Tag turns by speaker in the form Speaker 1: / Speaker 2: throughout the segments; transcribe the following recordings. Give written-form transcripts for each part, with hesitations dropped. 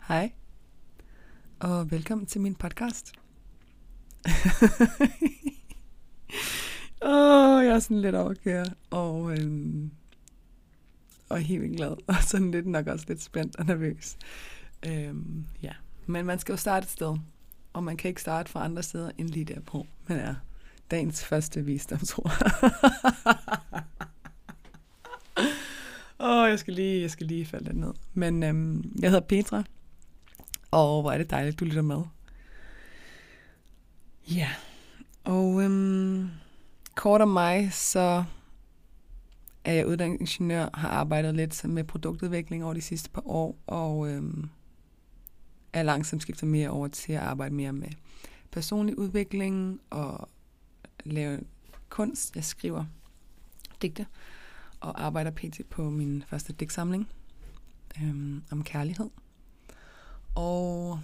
Speaker 1: Hej, og velkommen til min podcast. Jeg er sådan lidt overkørt, og helt vildt glad, og sådan lidt nok også lidt spændt og nervøs. Ja, men man skal jo starte et sted, og man kan ikke starte fra andre steder end lige der på. Men er dagens første visdomsord. Jeg skal lige falde lidt ned. Men jeg hedder Petra, og hvor er det dejligt, du lytter med. Ja, og kort om mig, så er jeg uddannet ingeniør, har arbejdet lidt med produktudvikling over de sidste par år, og er langsomt skiftet mere over til at arbejde mere med personlig udvikling og lave kunst. Jeg skriver digte og arbejder pt. På min første digtsamling om kærlighed. Og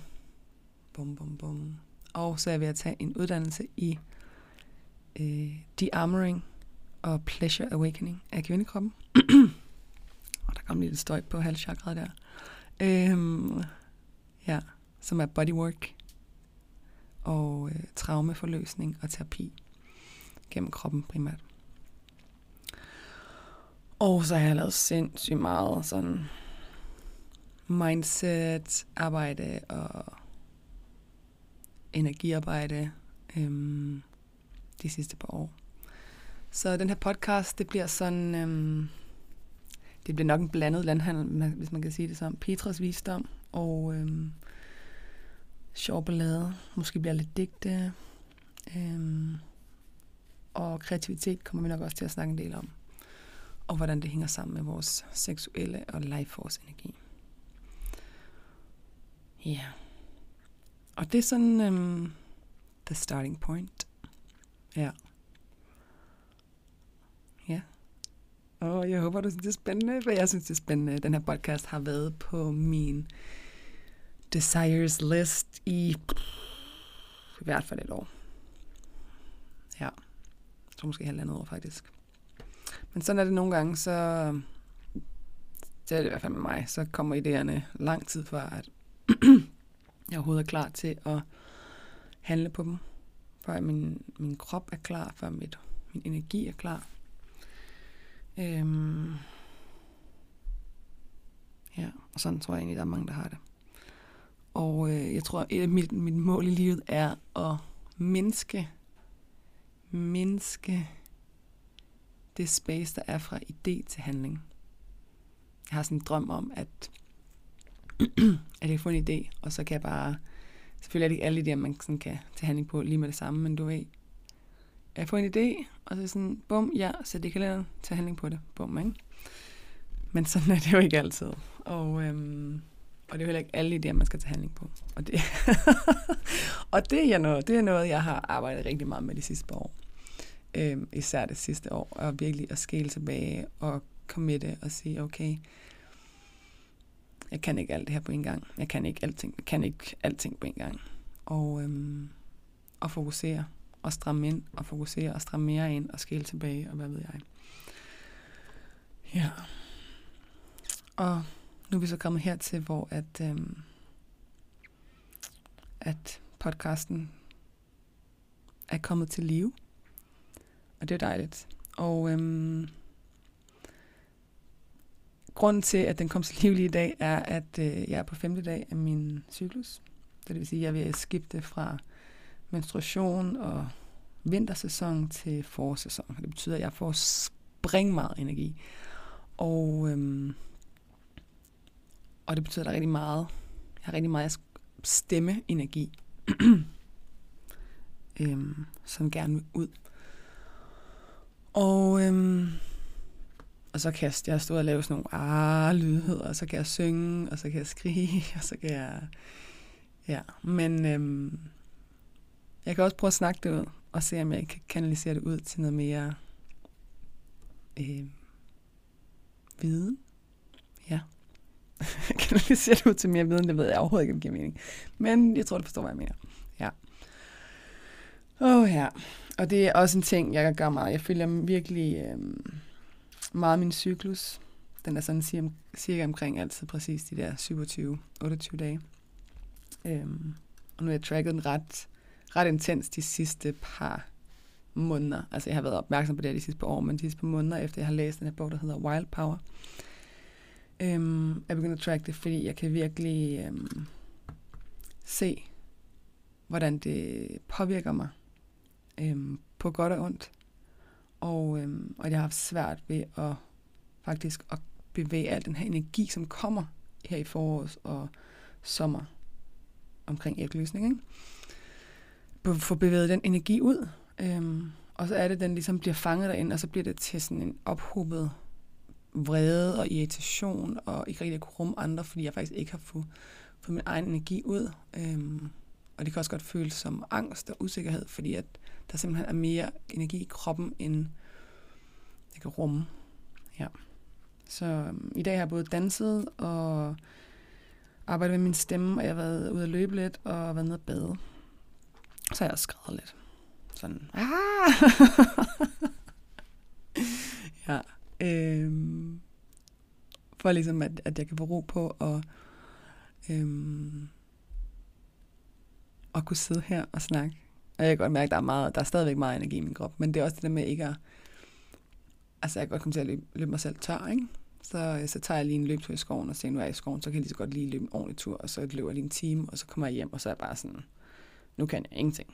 Speaker 1: Og så er jeg ved at tage en uddannelse i de-armoring og pleasure awakening af kvindekroppen. Og der kom lidt støj på halschakret der. Ja, som er bodywork og traumeforløsning og terapi gennem kroppen primært. Og så har jeg lavet sindssygt meget sådan mindset arbejde og energiarbejde de sidste par år. Så den her podcast, det bliver sådan, det bliver nok en blandet landhandel, hvis man kan sige det sådan. Petras visdom og sjov ballade, måske bliver lidt digte, og kreativitet kommer vi nok også til at snakke en del om. Og hvordan det hænger sammen med vores seksuelle og life force energi. Ja. Yeah. Og det er sådan the starting point. Ja. Ja. Og jeg håber, du synes, det er spændende, for jeg synes, det er spændende. Den her podcast har været på min desires list i hvert fald et år. Ja. Jeg tror måske halvandet år, faktisk. Men sådan er det nogle gange, så det er det i hvert fald med mig, så kommer idéerne lang tid før, at jeg overhovedet er klar til at handle på dem. Før min krop er klar, før min energi er klar. Ja, og sådan tror jeg egentlig, der er mange, der har det. Og jeg tror, et af mit mål i livet er at mindske det space, der er fra idé til handling. Jeg har sådan en drøm om, at jeg får en idé, og så kan jeg bare, selvfølgelig er det ikke alle idéer, man sådan kan tage handling på lige med det samme, men du ved, jeg får en idé, og så er sådan, bum, ja, sæt det i kalenderen, tag handling på det, bum, ikke? Men sådan er det jo ikke altid. Og det er jo heller ikke alle idéer, man skal tage handling på. Og det, og det er noget, jeg har arbejdet rigtig meget med de sidste par år. Især det sidste år, og virkelig at skele tilbage og committe og sige, okay, jeg kan ikke alt det her på en gang. Jeg kan ikke alting på en gang. Og fokusere og stramme ind, og fokusere og stramme mere ind, og skele tilbage, og hvad ved jeg. Ja. Og nu er vi så kommet hertil, hvor at podcasten er kommet til live. Og det er dejligt. Og grunden til, at den kom til liv lige i dag, er, at jeg er på 5. dag af min cyklus. Det vil sige, at jeg vil skifte fra menstruation og vintersæson til forårssæson. Det betyder, at jeg får springmeget energi. Og det betyder, at der er rigtig meget. Jeg har rigtig meget stemmeenergi, som gerne vil ud. Og så kan jeg stå og lave sådan nogle lydheder, og så kan jeg synge, og så kan jeg skrige, og så kan jeg... Ja, men jeg kan også prøve at snakke det ud, og se om jeg kan kanalisere det ud til noget mere viden. Ja. Kanalisere det ud til mere viden, det ved jeg overhovedet ikke, om det giver mening. Men jeg tror, du forstår, hvad jeg mener. Ja. Ja. Og det er også en ting, jeg kan gøre meget. Jeg følger virkelig meget min cyklus. Den er sådan cirka omkring altid præcis de der 27-28 dage. Og nu har jeg tracket den ret intens de sidste par måneder. Altså jeg har været opmærksom på det de sidste par år, men de sidste par måneder, efter jeg har læst den her bog, der hedder Wild Power, jeg begynder at track det, fordi jeg kan virkelig se, hvordan det påvirker mig på godt og ondt. Og jeg har haft svært ved at faktisk at bevæge al den her energi, som kommer her i forårs og sommer omkring ægløsning, ikke? Få bevæget den energi ud. Og så er det, den ligesom bliver fanget derinde, og så bliver det til sådan en ophobet vrede og irritation, og ikke rigtig at kunne rumme andre, fordi jeg faktisk ikke har fået min egen energi ud. Og det kan også godt føles som angst og usikkerhed, fordi at der simpelthen er mere energi i kroppen, end det kan rumme. Ja. Så i dag har jeg både danset og arbejdet med min stemme, og jeg har været ude at løbe lidt og været nede at bade. Så har jeg også skrevet lidt. Sådan. Ja. For ligesom, at jeg kan få ro på og kunne sidde her og snakke. Og jeg kan godt mærke, at der er stadigvæk meget energi i min krop, men det er også det der med ikke at... Altså, jeg kan godt komme til at løbe mig selv tør, ikke? Så tager jeg lige en løbetur i skoven, og ser, nu er jeg i skoven, så kan jeg lige så godt lige løbe en ordentlig tur, og så løber jeg lige en time, og så kommer jeg hjem, og så er jeg bare sådan, nu kan jeg ingenting.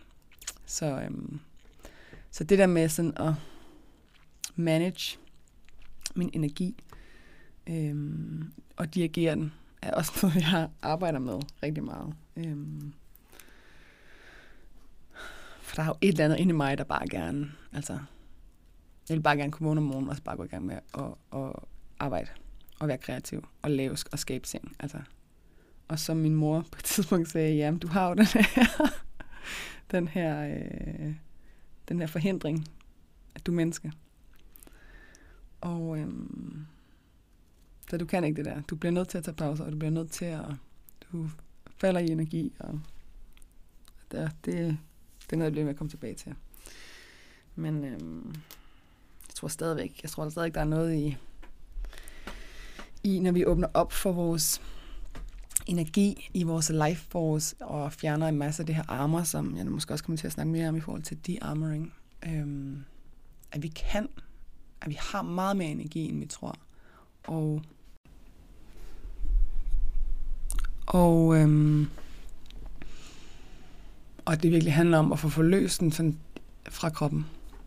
Speaker 1: Så det der med sådan at manage min energi, og dirigere den, er også noget, jeg arbejder med rigtig meget. For der er jo et eller andet inde i mig, der bare gerne, altså, jeg vil bare gerne kunne vågne om morgenen, og så bare gå i gang med at arbejde, og være kreativ, og lave og skabe ting, altså. Og som min mor på et tidspunkt sagde, jamen, du har jo den her forhindring, at du er menneske. Og så du kan ikke det der. Du bliver nødt til at tage pauser, og du bliver nødt til at... Du falder i energi, og det er noget, jeg bliver med at komme tilbage til. Men jeg tror stadigvæk, der er noget i, når vi åbner op for vores energi i vores life force, og fjerner en masse af det her armor, som jeg måske også kommer til at snakke mere om i forhold til de-armoring. At vi har meget mere energi, end vi tror. Og det virkelig handler om at få forløst den sådan fra kroppen.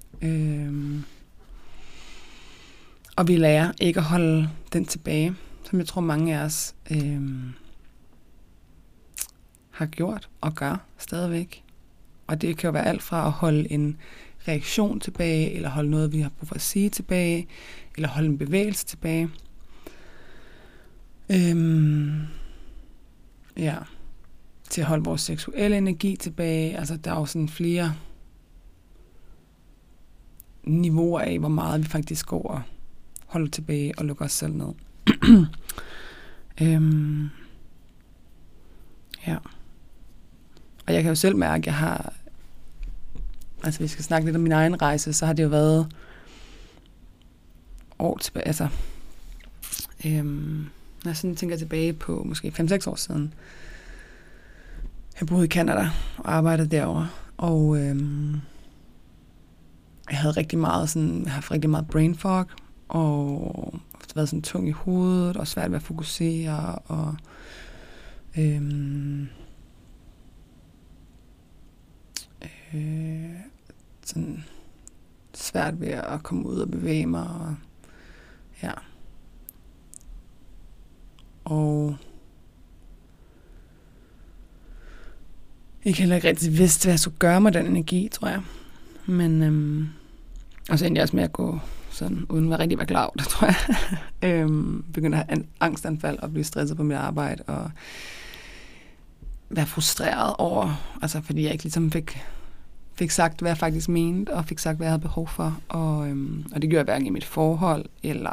Speaker 1: Og vi lærer ikke at holde den tilbage, som jeg tror mange af os har gjort og gør stadigvæk. Og det kan jo være alt fra at holde en reaktion tilbage, eller holde noget, vi har brug for at sige tilbage, eller holde en bevægelse tilbage. Ja, til at holde vores seksuelle energi tilbage. Altså, der er jo sådan flere niveauer af, hvor meget vi faktisk går og holder tilbage og lukker os selv ned. Ja. Og jeg kan jo selv mærke, at jeg har... Altså, hvis vi skal snakke lidt om min egen rejse, så har det jo været år tilbage. Altså, når jeg sådan tænker tilbage på måske 5-6 år siden. Jeg boede i Canada og arbejdede derovre. Og jeg havde rigtig meget rigtig meget brain fog. Og været sådan tung i hovedet, og svært ved at fokusere. Og sådan svært ved at komme ud og bevæge mig. Og, ja. Og jeg heller ikke rigtig vidste, hvad jeg skulle gøre med den energi, tror jeg. Men og så endte jeg også med at gå sådan, uden at rigtig være klar over det, tror jeg. Begyndte at have en angstanfald og blive stresset på mit arbejde, og være frustreret over, altså fordi jeg ikke ligesom fik sagt, hvad jeg faktisk mente, og fik sagt, hvad jeg havde behov for. Og det gjorde jeg hverken i mit forhold,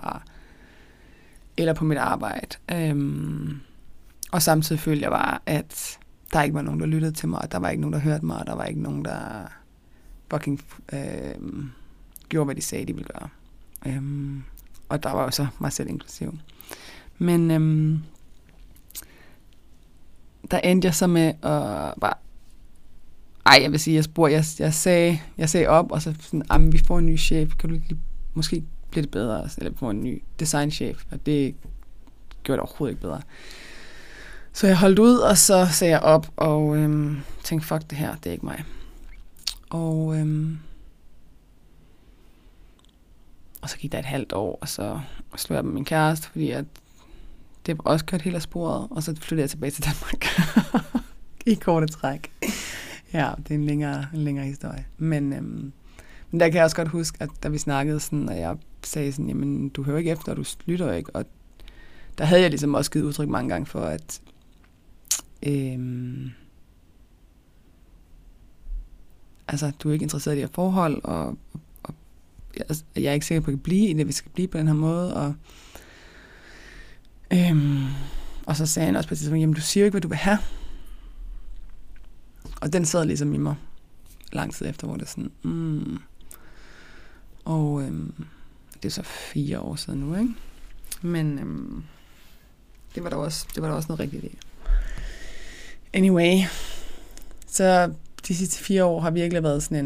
Speaker 1: eller på mit arbejde. Og samtidig følte jeg bare, at der ikke var nogen, der lyttede til mig, og der var ikke nogen, der hørte mig, og der var ikke nogen, der fucking gjorde, hvad de sagde, de ville gøre. Og der var jo så mig selv inklusiv. Men der endte jeg så med at bare... jeg vil sige, jeg sagde op, og så sådan, vi får en ny chef, kan du lige, måske blive det bedre, eller vi får en ny designchef, og det gjorde det overhovedet ikke bedre. Så jeg holdt ud, og så sagde jeg op, og tænkte, fuck det her, det er ikke mig. Og så gik der et halvt år, og så slog jeg med min kæreste, fordi at det var også kørt helt af sporet, og så flyttede jeg tilbage til Danmark. I korte træk. Ja, det er en længere historie. Men der kan jeg også godt huske, at da vi snakkede sådan, og jeg sagde sådan, jamen, du hører ikke efter, og du lytter ikke. Og der havde jeg ligesom også givet udtryk mange gange for, at altså, du er ikke interesseret i at forhold, og jeg er ikke sikker på, at jeg kan blive i det, vi skal blive på den her måde. Og så sagde han også på et tidspunkt, jamen, du siger jo ikke, hvad du vil have. Og den sad ligesom i mig lang tid efter, hvor det er sådan, Og det er så 4 år siden nu, ikke? Men det var der også noget rigtigt i. Anyway, så de sidste 4 år har virkelig været sådan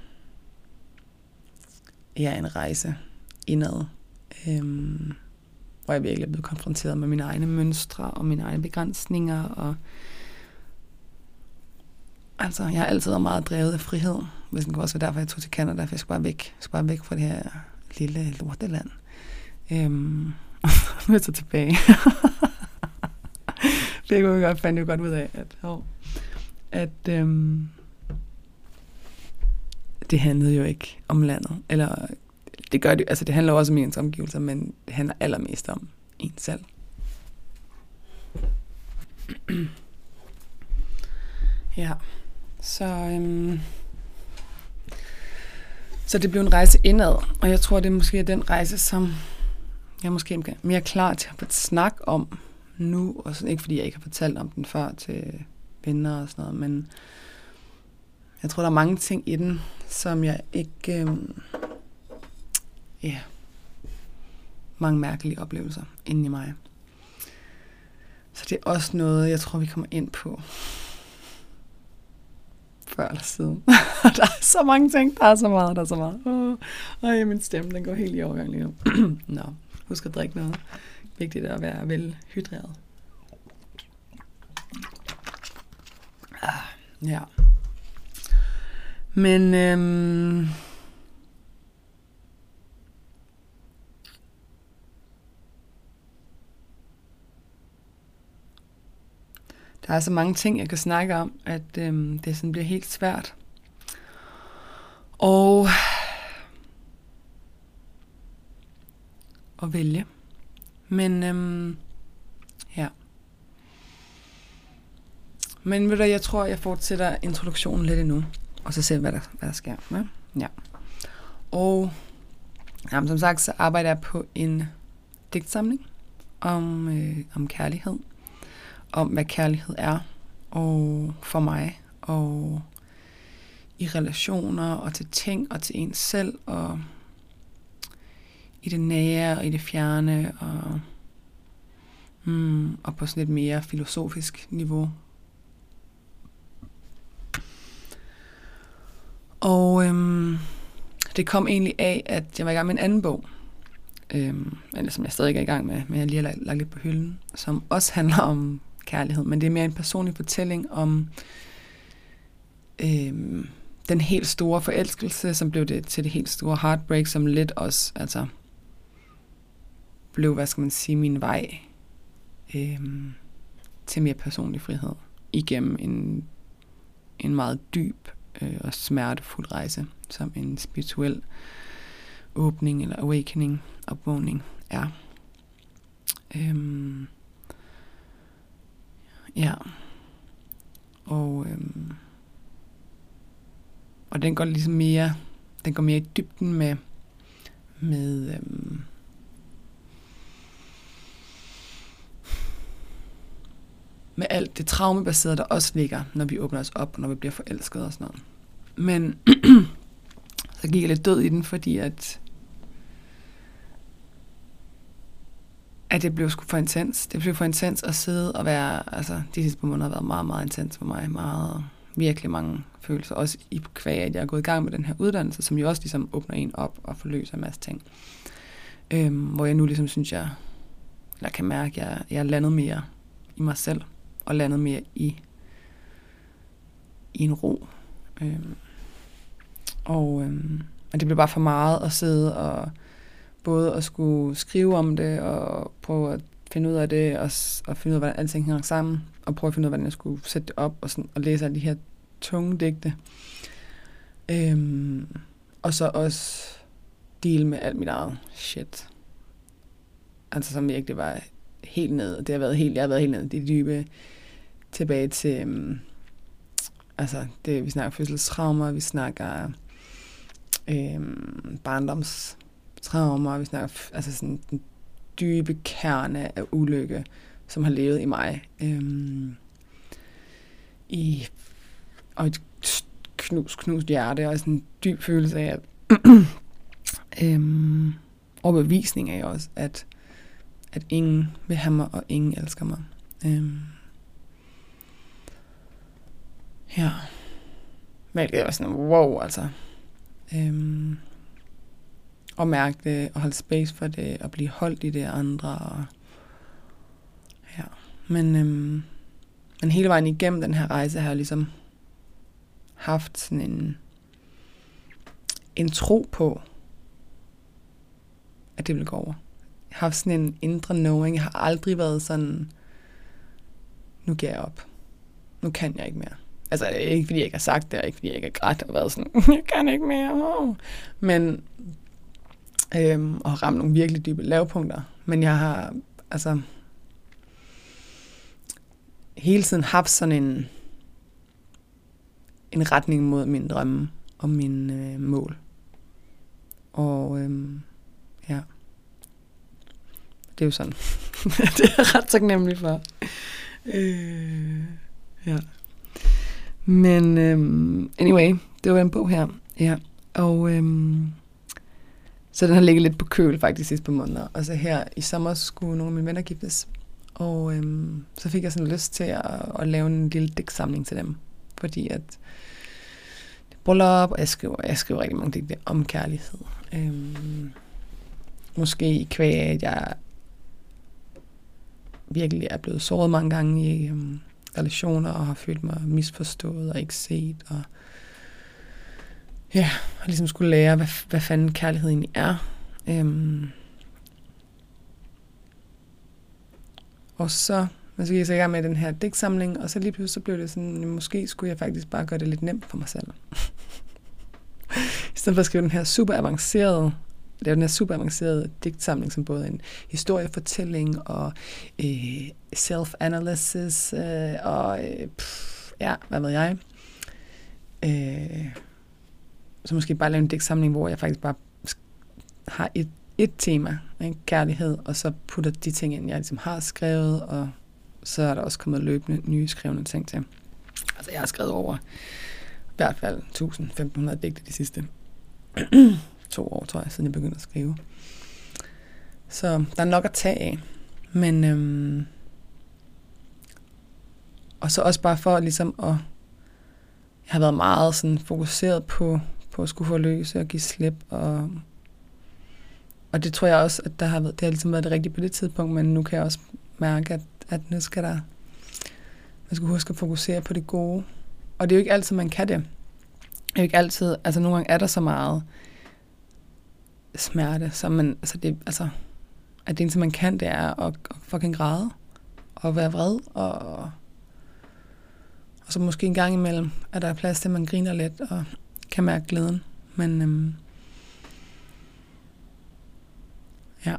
Speaker 1: en rejse indad. Hvor jeg virkelig er blevet konfronteret med mine egne mønstre og mine egne begrænsninger. Og altså, jeg har altid været meget drevet af frihed. Hvis det også var derfor, jeg tog til Canada, for jeg skulle bare væk fra det her lille lorteland. Nu er jeg så tilbage. Det fandt jeg godt ud af, at det handlede jo ikke om landet. Eller det gør det, altså det handler også om ens omgivelser, men det handler allermest om en selv. Ja, så det blev en rejse indad, og jeg tror, det er måske den rejse, som jeg måske er mere klar til at snakke om nu, og sådan, ikke fordi jeg ikke har fortalt om den før til venner og sådan noget, men jeg tror, der er mange ting i den, som jeg ikke... mange mærkelige oplevelser inde i mig. Så det er også noget, jeg tror, vi kommer ind på før eller siden. Der er så mange ting, der er så meget. Min stemme, den går helt i overgang lige nu. Nå, husk at drikke noget. Vigtigt at være velhydreret. Ja. Men der er så mange ting, jeg kan snakke om, at det sådan bliver helt svært. Og at vælge. Men ja. Men ved du, jeg tror, jeg fortsætter introduktionen lidt endnu. Og så ser vi, hvad der sker. Ja. Og jamen, som sagt, så arbejder jeg på en digtsamling om kærlighed. Om hvad kærlighed er, og for mig, og i relationer, og til ting, og til ens selv, og i det nære, og i det fjerne, og på sådan et mere filosofisk niveau. Og det kom egentlig af, at jeg var i gang med en anden bog, eller som jeg stadig er i gang med, men jeg lige har lagt lidt på hylden, som også handler om kærlighed, men det er mere en personlig fortælling om den helt store forelskelse, som blev det til det helt store heartbreak, som lidt også, altså blev, hvad skal man sige, min vej til mere personlig frihed igennem en meget dyb og smertefuld rejse, som en spirituel åbning eller awakening, opvågning er. Ja. Og den går ligesom mere, den går mere i dybden med alt det traumebaserede, der også ligger, når vi åbner os op, og når vi bliver forelsket og sådan noget. Men så gik jeg lidt død i den, fordi at at det blev sgu for intens. Det blev for intens at sidde og være, altså de sidste par måneder har været meget, meget intens for mig. Meget, virkelig mange følelser. Også i kvæg, at jeg er gået i gang med den her uddannelse, som jo også ligesom åbner en op og forløser en masse ting. Hvor jeg nu ligesom synes, jeg kan mærke, at jeg er landet mere i mig selv, og landet mere i en ro. Og det blev bare for meget at sidde og både at skulle skrive om det, og prøve at finde ud af det, og finde ud af, hvordan alting hænger sammen, og prøve at finde ud af, hvordan jeg skulle sætte det op, og læse alle de her tunge digte. Og så også deal med alt mit eget shit. Altså som virkelig var helt ned. Jeg har været helt ned i det dybe, tilbage til, vi snakker fødselstraumer, vi snakker barndomstraumer, vi snakker sådan den dybe kerne af ulykke, som har levet i mig. Og et knust hjerte, og sådan en dyb følelse af, overbevisning af også, at ingen vil have mig, og ingen elsker mig. Ja. Hvilket er sådan, wow, altså. Og mærke det, og holde space for det, og blive holdt i det andre. Og, ja. Men hele vejen igennem den her rejse har jeg ligesom haft sådan en tro på, at det vil gå over. Jeg har haft sådan en indre knowing. Jeg har aldrig været sådan, nu giver jeg op. Nu kan jeg ikke mere. Altså, ikke fordi jeg ikke har sagt det, og ikke fordi jeg ikke har grædt og været sådan, jeg kan ikke mere. Men, og ramt nogle virkelig dybe lavpunkter. Men jeg har, altså, hele tiden haft sådan en retning mod mine drømme og mine mål. Og, ja. Det er jo sådan. Det er jeg ret taknemmelig for. Ja. Men anyway, det var en bog her. Ja. Og så den har ligget lidt på køl faktisk sidste par måneder. Og så her i sommer skulle nogle af mine venner giftes. Og så fik jeg sådan lyst til at lave en lille digtsamling til dem. Fordi at bryllup, og jeg skriver rigtig mange digte om kærlighed. Måske i kvæg af, at jeg virkelig er blevet såret mange gange i relationer, og har følt mig misforstået og ikke set, og ja, har ligesom skulle lære, hvad fanden kærlighed egentlig er. Og så gik jeg så i gang med den her digtsamling, og så lige pludselig så blev det sådan, måske skulle jeg faktisk bare gøre det lidt nemt for mig selv. I stedet for at skrive den her super avancerede digtsamling, som både en historiefortælling og self-analysis og hvad ved jeg. Så måske bare lave en digtsamling, hvor jeg faktisk bare har et tema, ikke? Kærlighed, og så putter de ting ind, jeg ligesom har skrevet, og så er der også kommet løbende nye skrevne ting til. Altså jeg har skrevet over i hvert fald 1.500 digte de sidste 2 år, tror jeg, siden jeg begyndte at skrive. Så der er nok at tage af. Men og så også bare for ligesom at, jeg har været meget sådan fokuseret på at skulle forløse og give slip, og det tror jeg også, at det har ligesom været det rigtige på det tidspunkt, men nu kan jeg også mærke, at nu skal man skal huske at fokusere på det gode. Og det er jo ikke altid, man kan det. Det er jo ikke altid, altså nogle gange er der så meget smerte, så man, at det eneste, man kan, det er at fucking græde, og være vred, og så måske en gang imellem, at der er plads til, at man griner lidt, og kan mærke glæden. Men ja.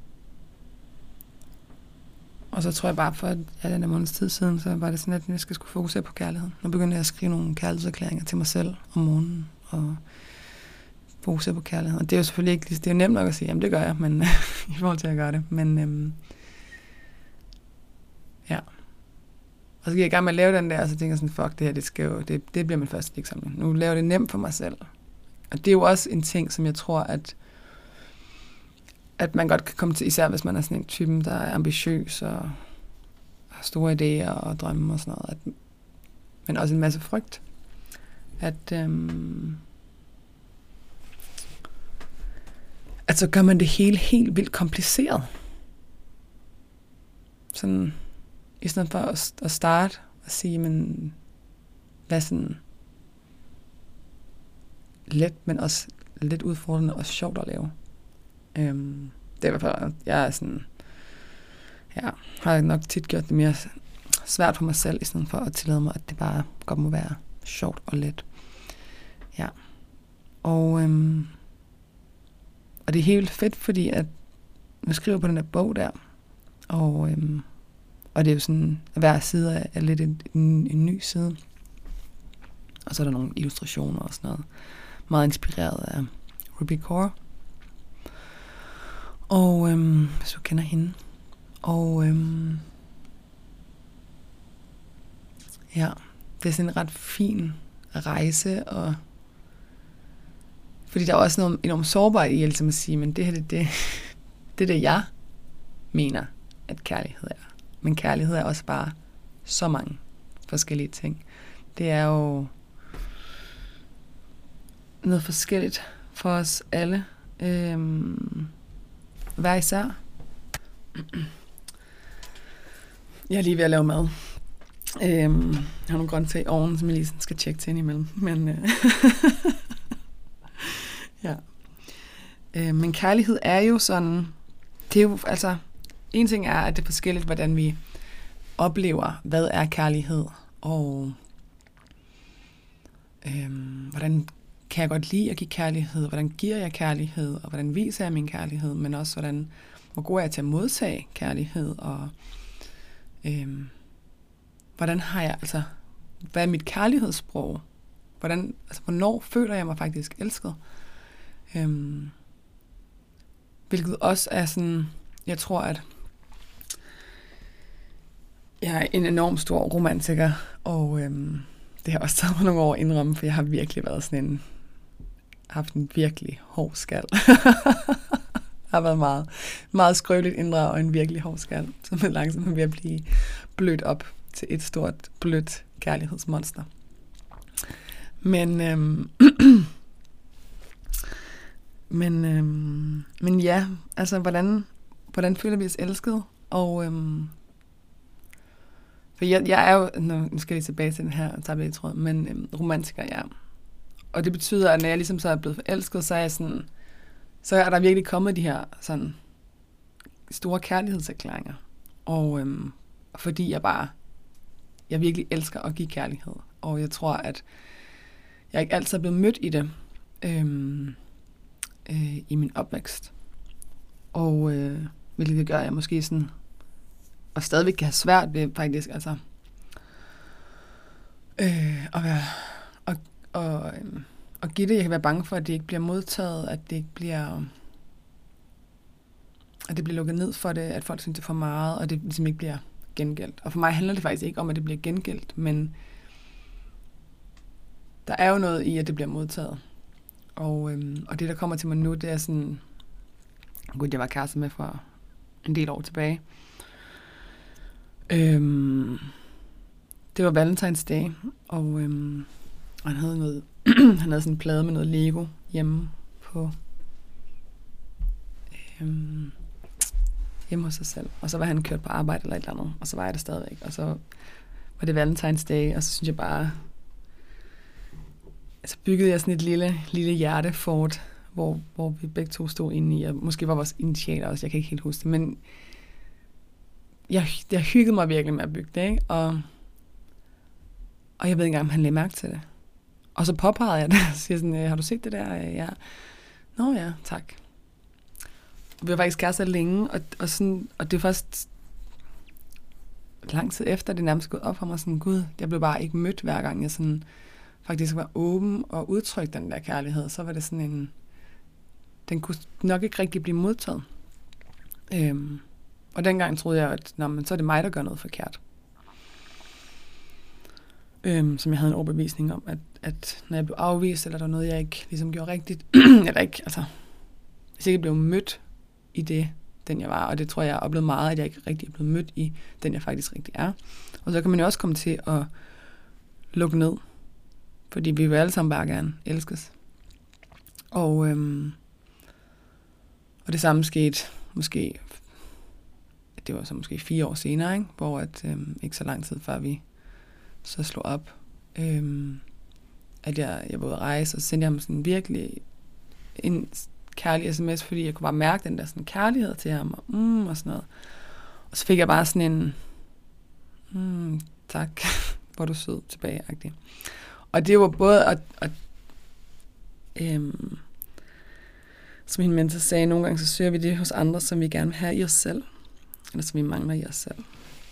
Speaker 1: Og så tror jeg bare, for den måneds tid siden, så var det sådan, at jeg skal skulle fokusere på kærligheden. Nu begyndte jeg at skrive nogle kærlighedserklæringer til mig selv om morgenen, og fokusere på kærligheden. Og det er jo selvfølgelig ikke, det er jo nemt nok at sige, jamen det gør jeg, men i forhold til at gøre det. Men ja. Og så gik jeg i gang med at lave den der, og så tænker jeg sådan, fuck, det bliver min første digtsamling. Nu laver det nemt for mig selv. Og det er jo også en ting, som jeg tror, at at man godt kan komme til, især hvis man er sådan en typen, der er ambitiøs og har store idéer og drømme og sådan noget, men også en masse frygt. At så gør man det hele helt vildt kompliceret. Sådan, i stedet for at starte og sige, men hvad sådan let, men også lidt udfordrende og sjovt at lave. Det er i hvert fald, jeg er sådan, ja, har nok tit gjort det mere svært for mig selv, i stedet for at tillade mig, at det bare godt må være sjovt og let. Ja. Og det er helt fedt, fordi at nu skriver på den der bog der, og det er jo sådan, at hver side er lidt en ny side. Og så er der nogle illustrationer og sådan noget. Meget inspireret af Ruby Kaur. Og hvis du kender hende. Og ja, det er sådan en ret fin rejse, og fordi der er også noget enormt sårbart i at sige, men det her det er det, jeg mener, at kærlighed er. Men kærlighed er også bare så mange forskellige ting. Det er jo noget forskelligt for os alle. Hver især. Jeg er lige ved at lave mad. Jeg har nogle grøntsager i ovnen, som jeg lige skal tjekke til indimellem. Men, ja. Men kærlighed er jo sådan, det er jo, altså, en ting er, at det er forskelligt, hvordan vi oplever, hvad er kærlighed, og hvordan kan jeg godt lide at give kærlighed, hvordan giver jeg kærlighed, og hvordan viser jeg min kærlighed, men også hvor god er jeg til at modtage kærlighed, og hvordan har jeg, altså, hvad er mit kærlighedssprog? Hvornår føler jeg mig faktisk elsket? Hvilket også er sådan, jeg tror, at jeg er en enormt stor romantiker, og det har også taget mig nogle år at indrømme, for jeg har virkelig været sådan haft en virkelig hård skal. har været meget, meget skrøbeligt indre og en virkelig hård skal, som er langsomt ved at blive blødt op til et stort, blødt kærlighedsmonster. Men ja, altså hvordan føler vi os elsket? Og for jeg er jo, nu skal jeg lige tilbage til den her tablet-tråd, men romantiker, ja. Og det betyder, at når jeg ligesom så er blevet forelsket, så er jeg sådan, så er der virkelig kommet de her sådan store kærlighedserklæringer. Og fordi jeg virkelig elsker at give kærlighed. Og jeg tror, at jeg ikke altid er blevet mødt i det i min opvækst. Og hvilket gør, at jeg måske sådan, og stadigvæk kan have svært ved faktisk, altså at være og give det. Jeg kan være bange for, at det ikke bliver modtaget, at det bliver lukket ned for det, at folk synes, det er for meget, og det ligesom ikke bliver gengældt. Og for mig handler det faktisk ikke om, at det bliver gengældt, men der er jo noget i, at det bliver modtaget. Og det, der kommer til mig nu, det er sådan, gud, jeg var kæreste med for en del år tilbage. Det var Valentine's Day, og han havde noget, han havde sådan en plade med noget Lego hjemme på hjemme hos sig selv. Og så var han kørt på arbejde eller et eller andet, og så var jeg der stadigvæk. Og så var det Valentine's Day, og så synes jeg bare, så byggede jeg sådan et lille hjertefort, hvor vi begge to stod inde i, og måske var vores initialer også, jeg kan ikke helt huske det, men jeg hyggede mig virkelig med at bygge det, ikke? Og jeg ved ikke engang, om han lagde mærke til det. Og så påpegede jeg det, og siger sådan, har du set det der? Ja. Nå ja, tak. Vi var faktisk kærester længe, og det er først lang tid efter, det nærmest gået op for mig, sådan, gud, jeg blev bare ikke mødt, hver gang jeg sådan faktisk var åben og udtrykte den der kærlighed, så var det sådan den kunne nok ikke rigtig blive modtaget. Og dengang troede jeg, at men så er det mig, der gør noget forkert. Som jeg havde en overbevisning om, at når jeg blev afvist, eller der var noget, jeg ikke ligesom gjorde rigtigt, eller ikke, altså, hvis jeg ikke blev mødt i det, den jeg var. Og det tror jeg har oplevet meget, at jeg ikke rigtig er blevet mødt i den, jeg faktisk rigtig er. Og så kan man jo også komme til at lukke ned. Fordi vi vil alle sammen bare gerne elskes. Og det samme skete måske, det var så måske 4 år senere, ikke? Hvor ikke så lang tid før vi så slog op, at jeg var ude at rejse, og så sendte jeg ham sådan virkelig en kærlig sms, fordi jeg kunne bare mærke den der sådan kærlighed til ham, og sådan noget. Og så fik jeg bare sådan en, tak, hvor du sød tilbage-agtig. Og det var både som min mentor sagde, nogle gange så søger vi det hos andre, som vi gerne vil have i os selv, eller som vi mangler i os selv.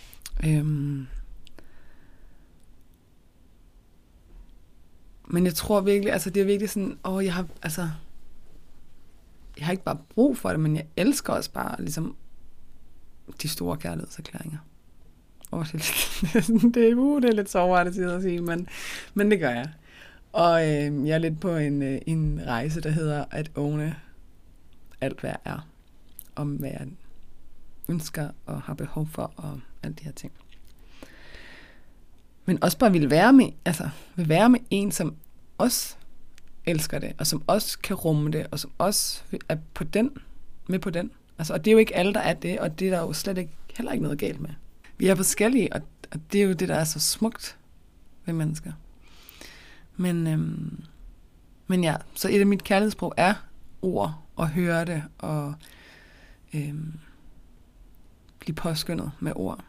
Speaker 1: Men jeg tror virkelig, altså det er virkelig sådan, jeg har ikke bare brug for det, men jeg elsker også bare ligesom de store kærlighedserklæringer. Det er lidt sårbart at sige, men det gør jeg. Og jeg er lidt på en rejse, der hedder at åbne alt, hvad jeg er, om hvad jeg ønsker og har behov for, og alle de her ting. Men også bare vil være med en, som også elsker det, og som også kan rumme det, og som også er med på den. Altså, og det er jo ikke alle, der er det, og det er der jo heller ikke noget galt med. Vi er forskellige, og det er jo det, der er så smukt ved mennesker. Men ja, så et af mit kærlighedssprog er ord, og høre det, og blive påskyndet med ord.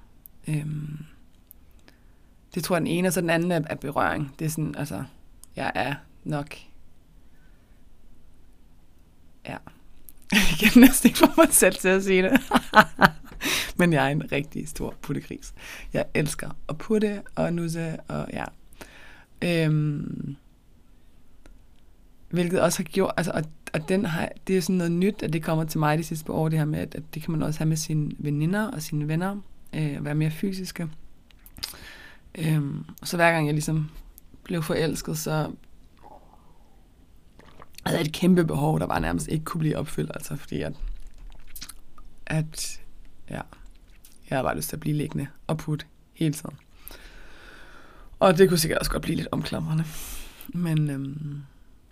Speaker 1: Det tror jeg den ene, og så den anden er berøring. Det er sådan, altså, jeg er nok, ja, jeg kan næsten ikke få mig selv til at sige det. Men jeg er en rigtig stor puttegris. Jeg elsker at putte og nusse, og ja. Hvilket også har gjort, altså, og det er sådan noget nyt, at det kommer til mig de sidste par år, det her med, at det kan man også have med sine veninder og sine venner, være mere fysiske. Så hver gang jeg ligesom blev forelsket, så havde jeg et kæmpe behov, der bare nærmest ikke kunne blive opfyldt, altså fordi at ja, jeg havde bare lyst til at blive liggende og putte hele tiden. Og det kunne sikkert også godt blive lidt omklamrende. Men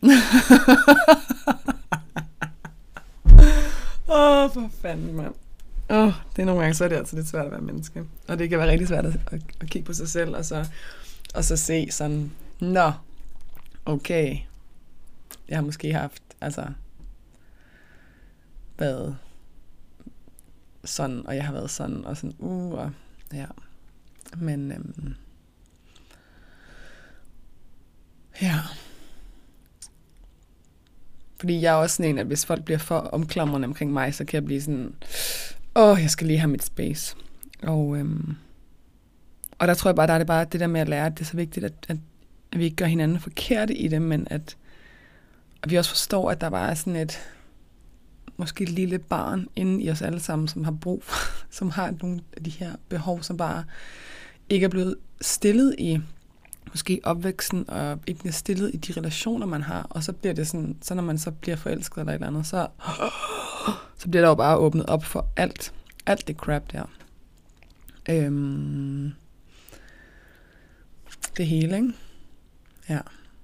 Speaker 1: for fanden, mand. Det er nogle gange, så er det altså lidt svært at være menneske. Og det kan være rigtig svært at kigge på sig selv, og så se sådan, okay, jeg har måske haft, været sådan, og jeg har været sådan, og sådan, og ja. Men, ja. Fordi jeg er også sådan en, at hvis folk bliver for omklamrende omkring mig, så kan jeg blive sådan, jeg skal lige have mit space. Og der tror jeg bare, der er det bare det der med at lære, at det er så vigtigt, at vi ikke gør hinanden forkerte i det, men at vi også forstår, at der bare er sådan et, måske et lille barn inde i os alle sammen, som har brug for, som har nogle af de her behov, som bare ikke er blevet stillet i måske opvæksten, og ikke bliver stillet i de relationer, man har, og så bliver det sådan, så når man så bliver forelsket eller et eller andet, så bliver der jo bare åbnet op for alt det crap der. Det hele, ikke? Ja.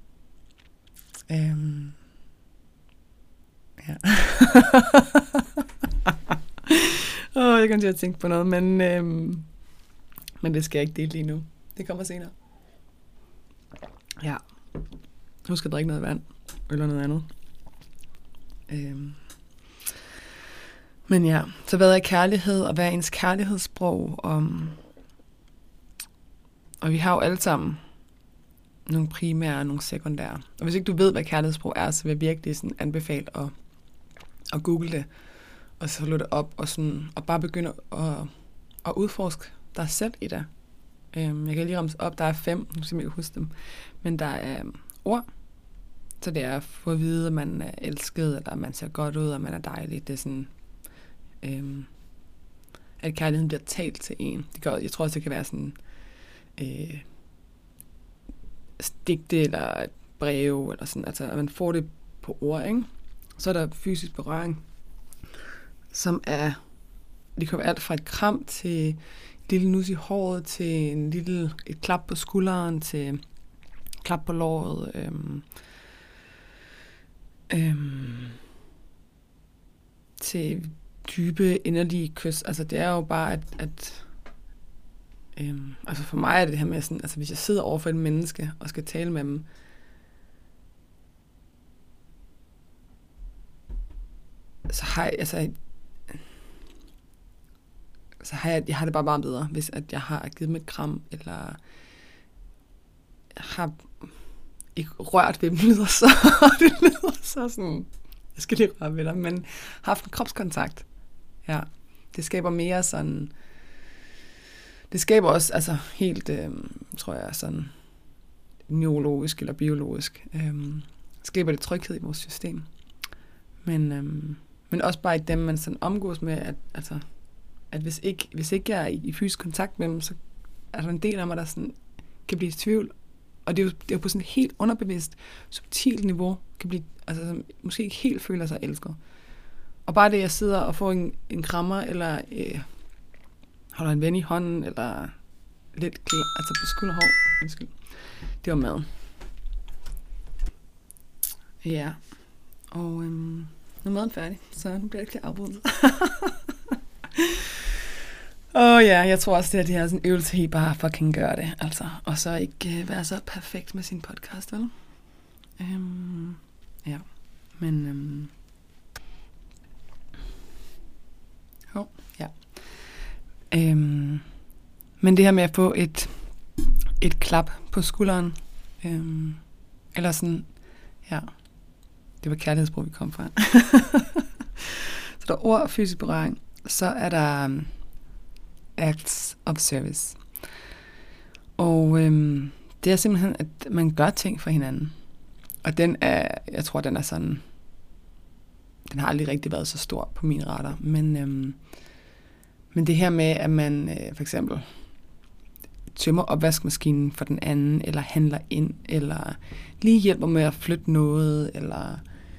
Speaker 1: Ja. Jeg kan til at tænke på noget, men det skal jeg ikke dele lige nu. Det kommer senere. Ja. Husk at drikke noget vand, eller noget andet. Men ja, så hvad er kærlighed, og hvad er ens kærlighedssprog? Og vi har jo alle sammen nogle primære og nogle sekundære. Og hvis ikke du ved, hvad kærlighedssprog er, så vil jeg virkelig sådan anbefale at google det, og så slå det op, og bare begynde at udforske dig selv i det. Jeg kan lige ramse op, der er 5, nu skal jeg ikke huske dem, men der er ord, så det er at få at vide, at man er elsket, eller man ser godt ud, og man er dejlig. Det er sådan, at kærligheden bliver talt til en. Jeg tror også, det kan være sådan digte, eller et breve, eller sådan, altså at man får det på ord, ikke? Så er der fysisk berøring, som er, det kan være alt fra et kram til et lille nus i håret, til et klap på skulderen, til klap på låret, til dybe, inderlige kys. Altså det er jo bare, altså for mig er det her med sådan, altså hvis jeg sidder over for et menneske og skal tale med dem, så har jeg har det bare meget bedre, hvis at jeg har givet dem et kram, eller har ikke rørt ved dem, det lyder så sådan, jeg skal lige røre ved dig, men haft en kropskontakt. Ja, det skaber mere sådan, det skaber også, altså helt, tror jeg, sådan neurologisk eller biologisk, skaber det tryghed i vores system. Men også bare i dem, man sådan omgås med, at hvis ikke jeg er i fysisk kontakt med dem, så er der en del af mig, der sådan kan blive i tvivl. Og det er jo på sådan et helt underbevidst, subtilt niveau, kan blive, altså måske ikke helt føler sig elsket. Og bare det, jeg sidder og får en krammer, eller holder en ven i hånden, eller lidt altså på skulderhår. Undskyld. Det var mad. Ja. Og nu er maden færdig, så nu bliver det ikke afbrudt. Ja, jeg tror også, det er sådan en øvelse, I bare fucking gør det, altså. Og så ikke være så perfekt med sin podcast, vel? Ja, men... ja. Men det her med at få et klap på skulderen, eller sådan, ja, det var kærlighedssprog, vi kom fra. Så der er ord og fysisk berøring, så er der acts of service. Og det er simpelthen, at man gør ting for hinanden. Og jeg tror, den er sådan, den har aldrig rigtig været så stor på mine radar, men det her med, at man for eksempel tømmer opvaskemaskinen for den anden, eller handler ind, eller lige hjælper med at flytte noget, eller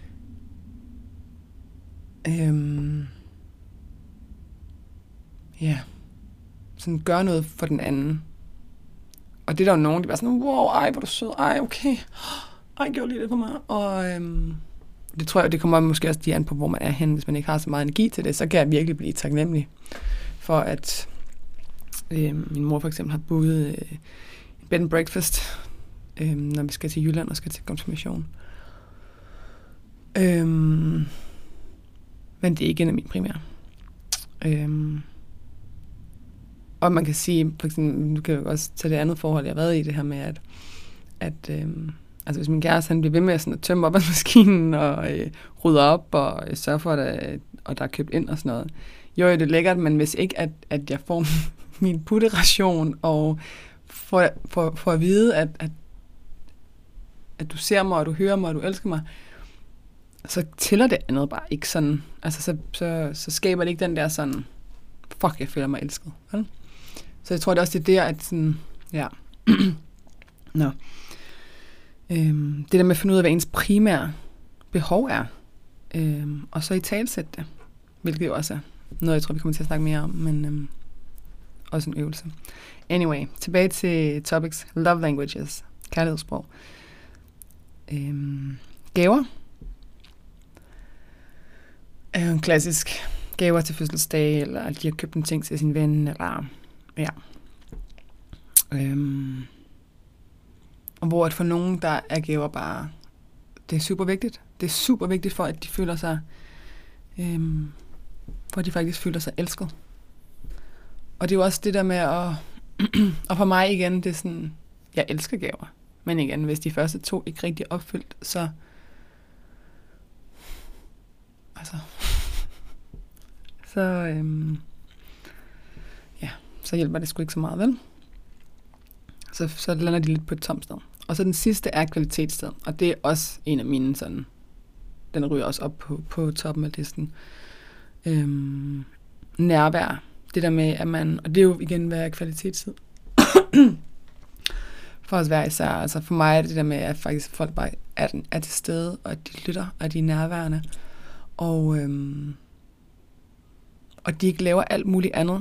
Speaker 1: sådan gør noget for den anden. Og det er der jo nogen, der var sådan, wow, ej, hvor du sød, ej, okay, ej, gjorde lige det på mig. Og det tror jeg, det kommer måske også an på, hvor man er henne. Hvis man ikke har så meget energi til det, så kan jeg virkelig blive taknemmelig for, at min mor for eksempel har booket en bed and breakfast, når vi skal til Jylland og skal til konfirmation. Men det er ikke en af mine primære. Og man kan sige, for eksempel, nu kan jeg også tage det andet forhold, jeg har været i, det her med, at altså hvis min kæreste, han bliver ved med sådan at tømme opvaskemaskinen og rydde op og sørge for, at der er købt ind og sådan noget. Jo, det er lækkert, men hvis ikke, at jeg får min putteration og får at vide, at du ser mig, og du hører mig, og du elsker mig, så tæller det andet bare ikke sådan. Altså, så skaber det ikke den der sådan, fuck, jeg føler mig elsket. Vel? Så jeg tror, det også det der, at sådan, ja. Nå. Det der med at finde ud af, hvad ens primære behov er, og så i talsætte det, hvilket jo også er noget, jeg tror, vi kommer til at snakke mere om, men også en øvelse. Anyway, tilbage til topics. Love languages. Kærlighedssprog. Gaver. En klassisk gaver til fødselsdag, eller at de har købt en ting til sin ven, eller ja. Og hvor at for nogen, der er gaver bare, det er super vigtigt. Det er super vigtigt for, at de føler sig, for at de faktisk føler sig elsket. Og det er jo også det der med at, og for mig igen, det er sådan, jeg elsker gaver. Men igen, hvis de første 2 ikke rigtig er opfyldt, så, altså, så hjælper det sgu ikke så meget, vel? Så lander de lidt på et tomt sted. Og så den sidste er kvalitetssted, og det er også en af mine sådan, den ryger også op på toppen af listen. Nærvær. Det der med, at man, og det er jo igen, hvad er kvalitetstid? For os hver især. Altså for mig er det der med, at faktisk folk bare er til stede, og at de lytter, og de er nærværende. Og og de ikke laver alt muligt andet,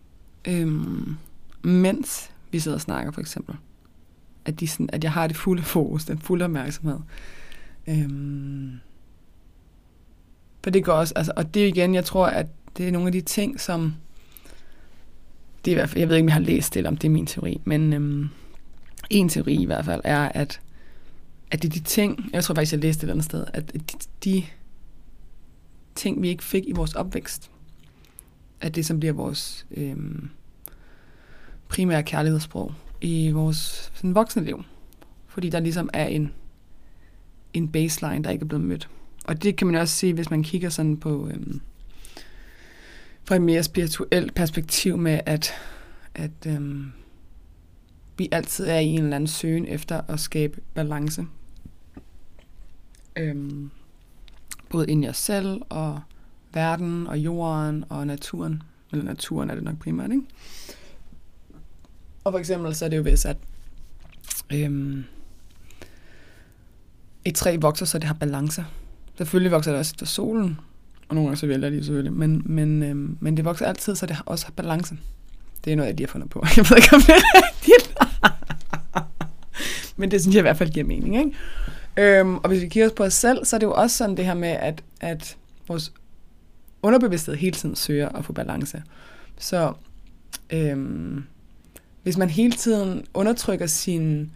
Speaker 1: mens vi sidder og snakker, for eksempel. At jeg har det fulde fokus, den fulde opmærksomhed. For det går også, altså, og det igen, jeg tror, at det er nogle af de ting, som, det er i hvert fald, jeg ved ikke, om jeg har læst det, eller om det er min teori, men en teori i hvert fald, er, at det er de ting, jeg tror faktisk, jeg læste det et andet sted, at de ting, vi ikke fik i vores opvækst, at det, som bliver vores primære kærlighedssprog i vores sådan, voksne liv. Fordi der ligesom er en baseline, der ikke er blevet mødt. Og det kan man også se, hvis man kigger sådan på fra et mere spirituelt perspektiv med, at vi altid er i en eller anden søgen efter at skabe balance. Både ind i os selv, og verden, og jorden, og naturen. Eller naturen er det nok primært, ikke? Og for eksempel så er det jo hvis, at et træ vokser, så det har balance. Selvfølgelig vokser det også efter solen, og nogle gange så vælter de selvfølgelig, men det vokser altid, så det også har balance. Det er noget, jeg lige har fundet på. Jeg ved ikke, om det er rigtigt. Men det synes jeg i hvert fald giver mening, ikke? Og hvis vi kigger på os selv, så er det jo også sådan det her med, at vores underbevidsthed hele tiden søger at få balance. Så hvis man hele tiden undertrykker sin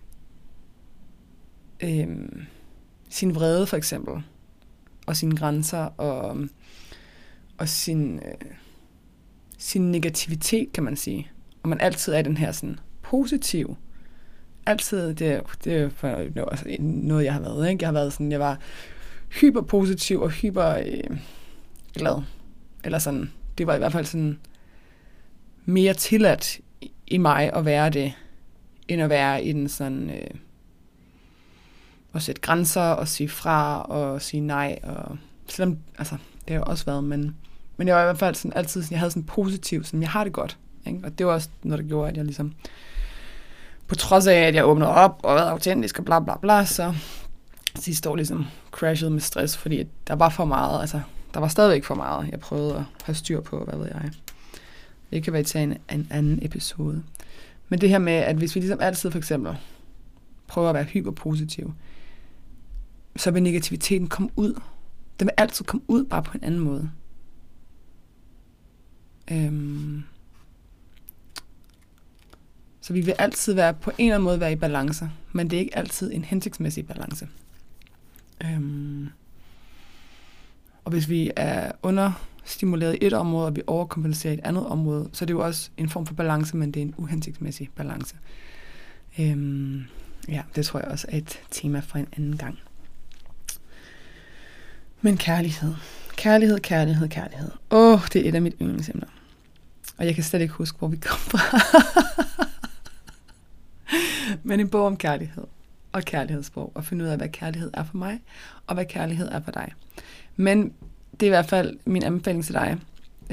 Speaker 1: vrede for eksempel, og sine grænser, og sin negativitet, kan man sige, og man altid er i den her sådan positiv, altid, det er noget, jeg har været, ikke? Jeg har været sådan, jeg var hyperpositiv og hyper glad, eller sådan, det var i hvert fald sådan mere tilladt i mig at være det, end at være i den sådan, at sætte grænser, og sige fra, og sige nej, og selvom, altså, det har jo også været, men jeg var i hvert fald sådan, altid, sådan, jeg havde sådan positiv, sådan, jeg har det godt, ikke? Og det var også noget, der gjorde, at jeg ligesom, på trods af, at jeg åbnede op, og var autentisk, og bla bla bla, så sidste år ligesom crashede med stress, fordi der var for meget, altså, der var stadigvæk for meget, jeg prøvede at have styr på, hvad ved jeg. Det kan være til en anden episode. Men det her med, at hvis vi ligesom altid for eksempel prøver at være hyperpositiv, så vil negativiteten komme ud. Den vil altid komme ud, bare på en anden måde. Så vi vil altid være på en eller anden måde være i balance, men det er ikke altid en hensigtsmæssig balance. Og hvis vi er understimuleret i et område, og vi overkompenserer i et andet område, så er det jo også en form for balance, men det er en uhensigtsmæssig balance. Ja, det tror jeg også er et tema for en anden gang. Men kærlighed. Kærlighed. Det er et af mit yndlingsemner. Og jeg kan slet ikke huske, hvor vi kom fra. Men en bog om kærlighed og kærlighedssprog, og finde ud af, hvad kærlighed er for mig, og hvad kærlighed er for dig. Men det er i hvert fald min anbefaling til dig,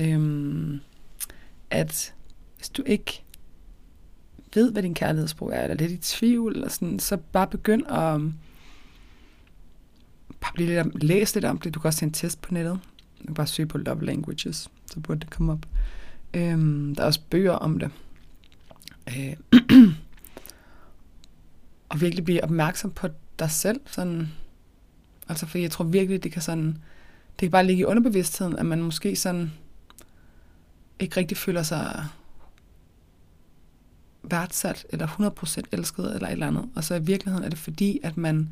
Speaker 1: at hvis du ikke ved, hvad din kærlighedssprog er, eller lidt i tvivl, eller sådan, så bare begynd at læse lidt om det. Du kan også tage en test på nettet. Du kan bare søge på love languages, så burde det komme op. Der er også bøger om det. Og virkelig blive opmærksom på dig selv. Sådan, altså, for jeg tror virkelig, det kan bare ligge i underbevidstheden, at man måske sådan ikke rigtig føler sig værdsat, eller 100% elsket, eller et eller andet. Og så i virkeligheden er det fordi, at man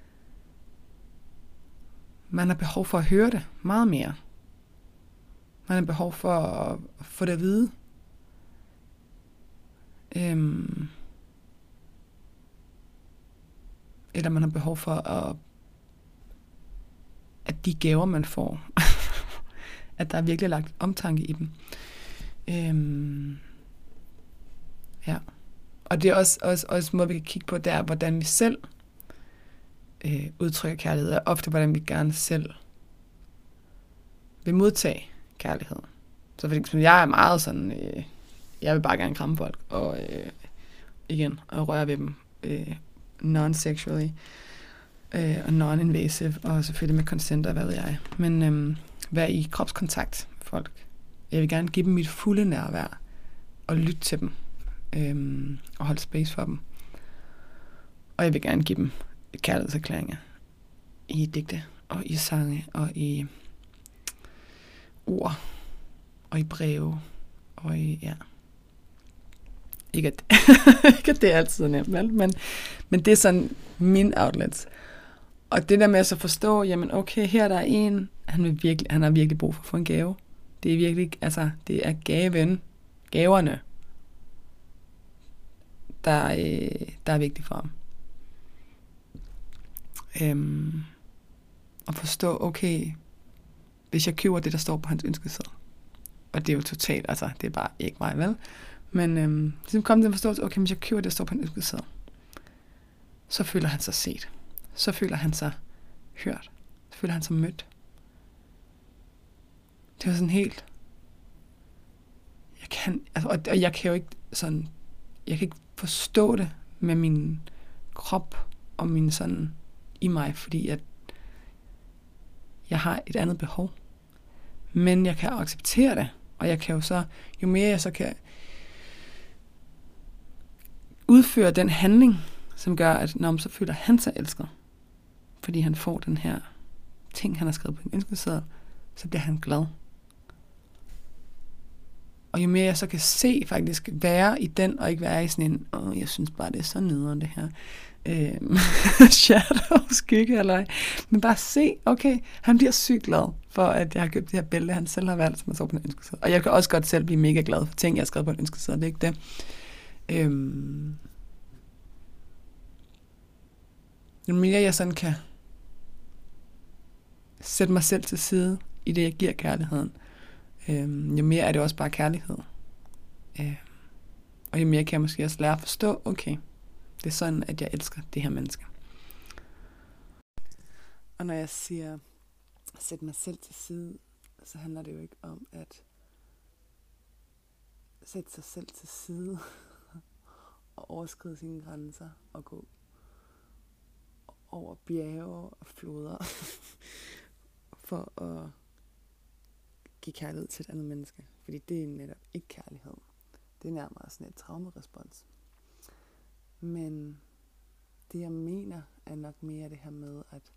Speaker 1: har behov for at høre det meget mere. Man har behov for at få det at vide. Eller man har behov for at de gaver, man får, at der er virkelig lagt omtanke i dem. Ja. Og det er også en måde, vi kan kigge på, der hvordan vi selv udtrykker kærlighed, og ofte hvordan vi gerne selv vil modtage kærlighed. Så for eksempel, jeg er meget sådan, jeg vil bare gerne kramme folk, og og røre ved dem, non-sexually, og non-invasive, og selvfølgelig med consent, og hvad ved jeg. Men være i kropskontakt med folk, Jeg vil gerne give dem mit fulde nærvær, og lytte til dem, og holde space for dem. Og jeg vil gerne give dem kærlighedserklæringer i digte, og i sange, og i ord, og i breve, og i, ja. Ikke at, ikke at det er altid nemt, men det er sådan min outlets. Og det der med at så forstå, jamen okay, her der er en, han har virkelig brug for at få en gave. Det er virkelig, altså, det er gaverne, der er vigtigt for ham. Og forstå, okay, hvis jeg køber det, der står på hans ønskeseddel, og det er jo totalt, altså, det er bare ikke mig, vel? Men ligesom kom til en forståelse, okay, hvis jeg køber det, der står på hans ønskeseddel, så føler han sig set. Så føler han sig hørt. Så føler han sig mødt. Det var sådan helt, og jeg kan jo ikke sådan, jeg kan ikke forstå det med min krop og min sådan i mig, fordi at jeg har et andet behov. Men jeg kan acceptere det, og jeg kan jo så, jo mere jeg så kan udføre den handling, som gør, at når man så føler han sig elsket, fordi han får den her ting, han har skrevet på en ønskeseddel, så bliver han glad. Og jo mere jeg så kan se faktisk være i den, og ikke være i sådan en, jeg synes bare, det er så nederen det her. Shadow, skygge eller ej. Men bare se, okay, han bliver sygt glad for, at jeg har købt det her bælte, han selv har valgt, som jeg så på en ønskeseddel. Og jeg kan også godt selv blive mega glad for ting, jeg har skrevet på en ønskeseddel, det er ikke det. Jo mere jeg sådan kan sætte mig selv til side i det, jeg giver kærligheden, jo mere er det også bare kærlighed. Og jo mere kan jeg måske også lære at forstå, okay, det er sådan, at jeg elsker det her menneske. Og når jeg siger, sætte mig selv til side, så handler det jo ikke om at sætte sig selv til side og overskride sine grænser og gå over bjerge og floder for at give kærlighed til et andet menneske. Fordi det er netop ikke kærlighed. Det er nærmere sådan et traumerespons. Men det jeg mener er nok mere det her med at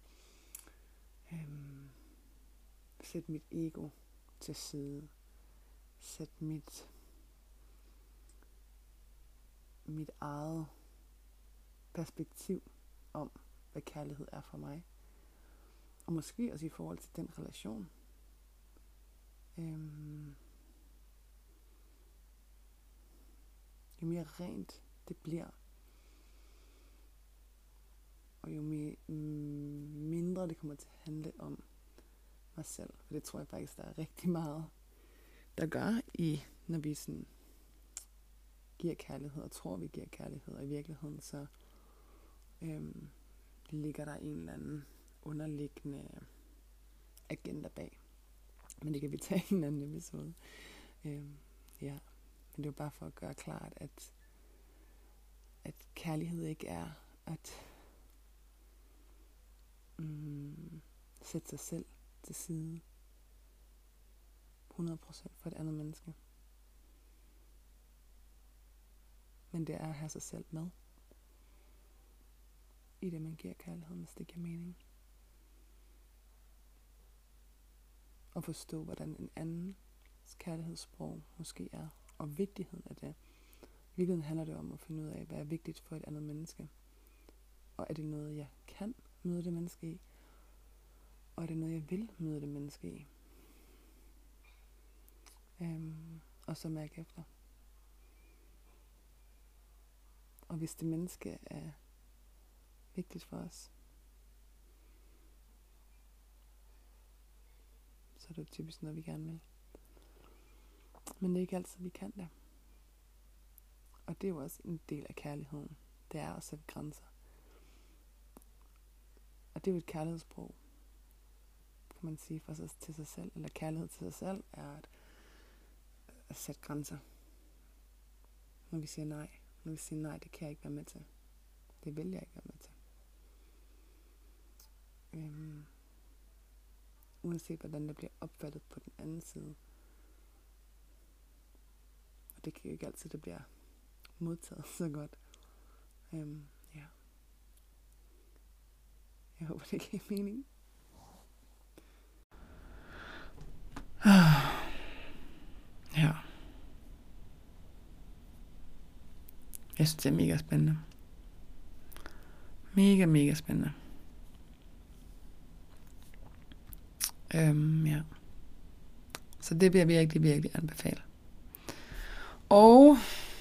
Speaker 1: sætte mit ego til side. Sætte mit eget perspektiv om, hvad kærlighed er for mig. Og måske også i forhold til den relation. Jo mere rent det bliver, og jo mindre det kommer til at handle om mig selv. For det tror jeg faktisk, der er rigtig meget, der gør når vi sådan giver kærlighed, og tror vi giver kærlighed, og i virkeligheden så ligger der en eller anden underliggende agenda bag. Men det kan vi tage i en anden episode. Ja, men det er jo bare for at gøre klart, at kærlighed ikke er at sætte sig selv til side 100% for et andet menneske. Men det er at have sig selv med i det, man giver kærlighed, hvis det giver mening. Og forstå, hvordan en andens kærlighedssprog måske er, og vigtigheden af det. I virkeligheden handler det om at finde ud af, hvad er vigtigt for et andet menneske. Og er det noget, jeg kan møde det menneske i? Og er det noget, jeg vil møde det menneske i? Og så mærke efter. Og hvis det menneske er vigtigt for os, så er det jo typisk noget, vi gerne vil. Men det er ikke altid, vi kan det. Og det er jo også en del af kærligheden. Det er at sætte grænser. Og det er jo et kærlighedssprog, kan man sige, for sig til sig selv. Eller kærlighed til sig selv er at sætte grænser. Når vi siger nej. Når vi siger nej, det kan jeg ikke være med til. Det vil jeg ikke være med til. Uanset hvordan det bliver opfattet på den anden side, det kan jo ikke altid, det bliver modtaget så godt. Ja. Jeg håber, det giver mening. Ja. Jeg synes, det er mega spændende. Mega, mega spændende. Ja. Så det vil jeg virkelig, virkelig anbefale. Og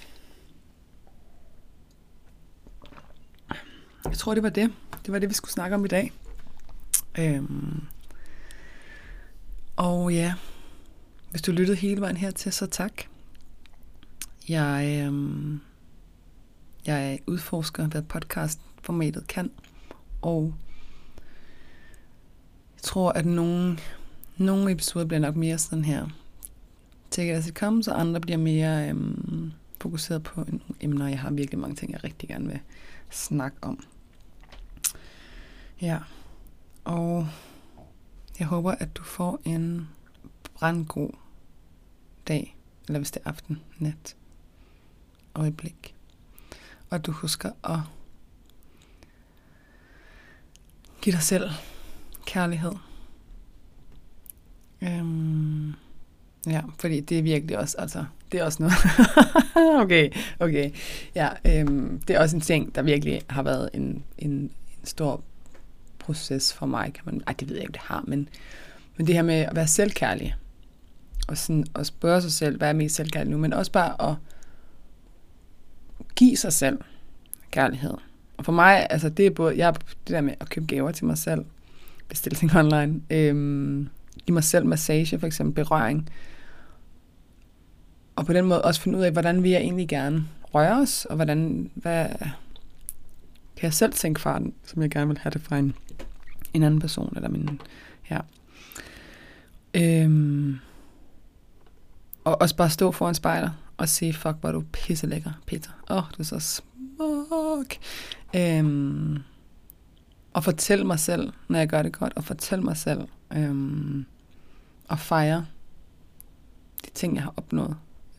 Speaker 1: jeg tror, det var det. Det var det, vi skulle snakke om i dag. Og ja, hvis du lyttede hele vejen hertil, så tak. Jeg udforsker, hvad podcastformatet kan. Og jeg tror, at nogle episoder bliver nok mere sådan her. Take it as it comes, og andre bliver mere fokuseret på emner. Jeg har virkelig mange ting, jeg rigtig gerne vil snakke om. Ja, og jeg håber, at du får en brandgod dag, eller hvis det er aften, nat, øjeblik. Og at du husker at give dig selv kærlighed. Ja, fordi det er virkelig også, altså, det er også noget. okay. Ja, det er også en ting, der virkelig har været en stor proces for mig, kan man. Det ved jeg ikke, det har, men det her med at være selvkærlig, og sådan at spørge sig selv, hvad er mest selvkærlig nu, men også bare at give sig selv kærlighed. Og for mig, altså det er både, det der med at købe gaver til mig selv, bestille ting online, give mig selv massage, for eksempel berøring, og på den måde også finde ud af, hvordan vil jeg egentlig gerne røre os, og hvad kan jeg selv tænke fra den, som jeg gerne vil have det fra en anden person, eller min, ja. Og også bare stå foran spejlet, og sige, fuck, hvor er du pisselækker, Peter. Du er så smuk. Og fortælle mig selv, når jeg gør det godt, og fortælle mig selv, og fejre de ting, jeg har opnået.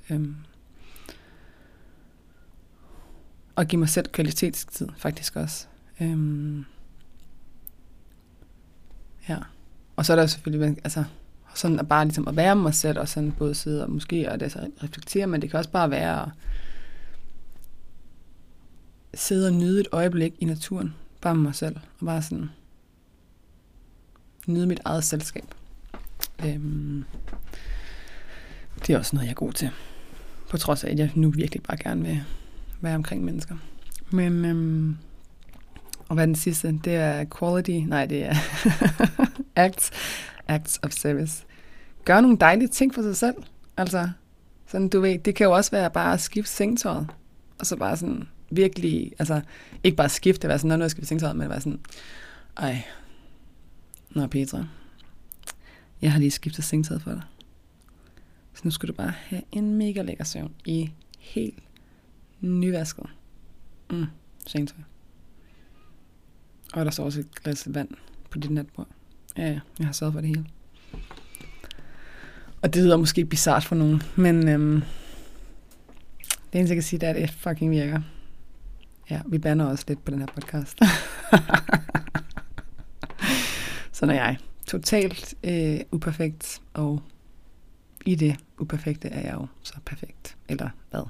Speaker 1: Og give mig selv kvalitetstid, faktisk også. Ja. Og så er der selvfølgelig, altså, sådan at bare ligesom at være med mig selv, og sådan både sidde og måske, og det så reflektere, men det kan også bare være at sidde og nyde et øjeblik i naturen, bare med mig selv, og bare sådan nyde mit eget selskab. Det er også noget, jeg er god til. På trods af, at jeg nu virkelig bare gerne vil være omkring mennesker. Men, og hvad er den sidste? Det er quality. Nej, det er acts of service. Gør nogle dejlige ting for sig selv. Altså, sådan du ved, det kan jo også være bare at skifte sengetøjet. Og så bare sådan virkelig, altså, ikke bare skifte, være sådan, når jeg skal sengetøjet, men være sådan, nå Petra, jeg har lige skiftet sengetøjet for dig. Så nu skal du bare have en mega lækker søvn i helt nyvasket sengetøj. Og der står også et glas vand på dit natbord. Ja, jeg har sørget for det hele. Og det lyder måske bizarrt for nogen, men det eneste jeg kan sige, det er, at det fucking virker. Ja, vi bander også lidt på den her podcast. Sådan er jeg. Totalt uperfekt, og i det uperfekte er jeg jo så perfekt. Eller hvad?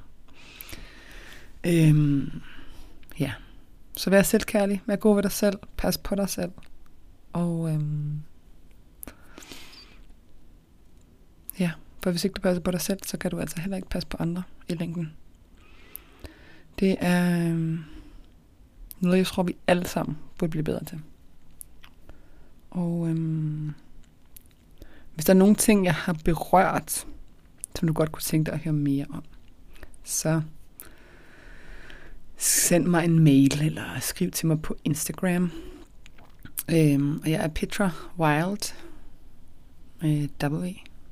Speaker 1: Ja. Så vær selvkærlig. Vær god ved dig selv. Pas på dig selv. Og ja, for hvis ikke du passer på dig selv, så kan du altså heller ikke passe på andre i længden. Det er noget, jeg tror, vi alle sammen burde blive bedre til. Og hvis der er nogle ting, jeg har berørt, som du godt kunne tænke dig at høre mere om, så send mig en mail, eller skriv til mig på Instagram. Og jeg er Petra Wild med W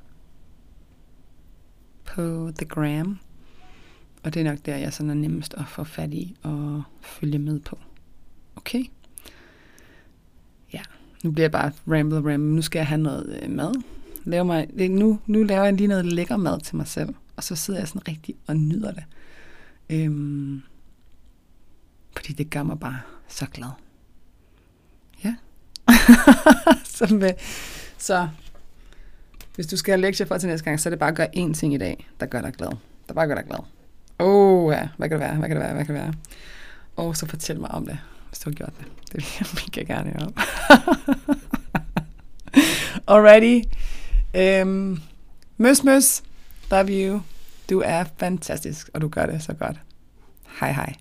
Speaker 1: på The Gram. Og det er nok der, jeg sådan er nemmest at få fat i og følge med på. Okay? Ja, nu bliver jeg bare ramble. Nu skal jeg have noget mad. Nu laver jeg lige noget lækker mad til mig selv. Og så sidder jeg sådan rigtig og nyder det. Fordi det gør mig bare så glad. Ja. Så hvis du skal have lektier for til næste gang, så er det bare at gøre én ting i dag, der gør dig glad. Der bare gør dig glad. Ja, hvad kan det være? Og så fortæl mig om det, hvis du har gjort det. Det vil jeg mega gerne høre om. Alrighty. Møs. Love you. Du er fantastisk, og du gør det så godt. Hej.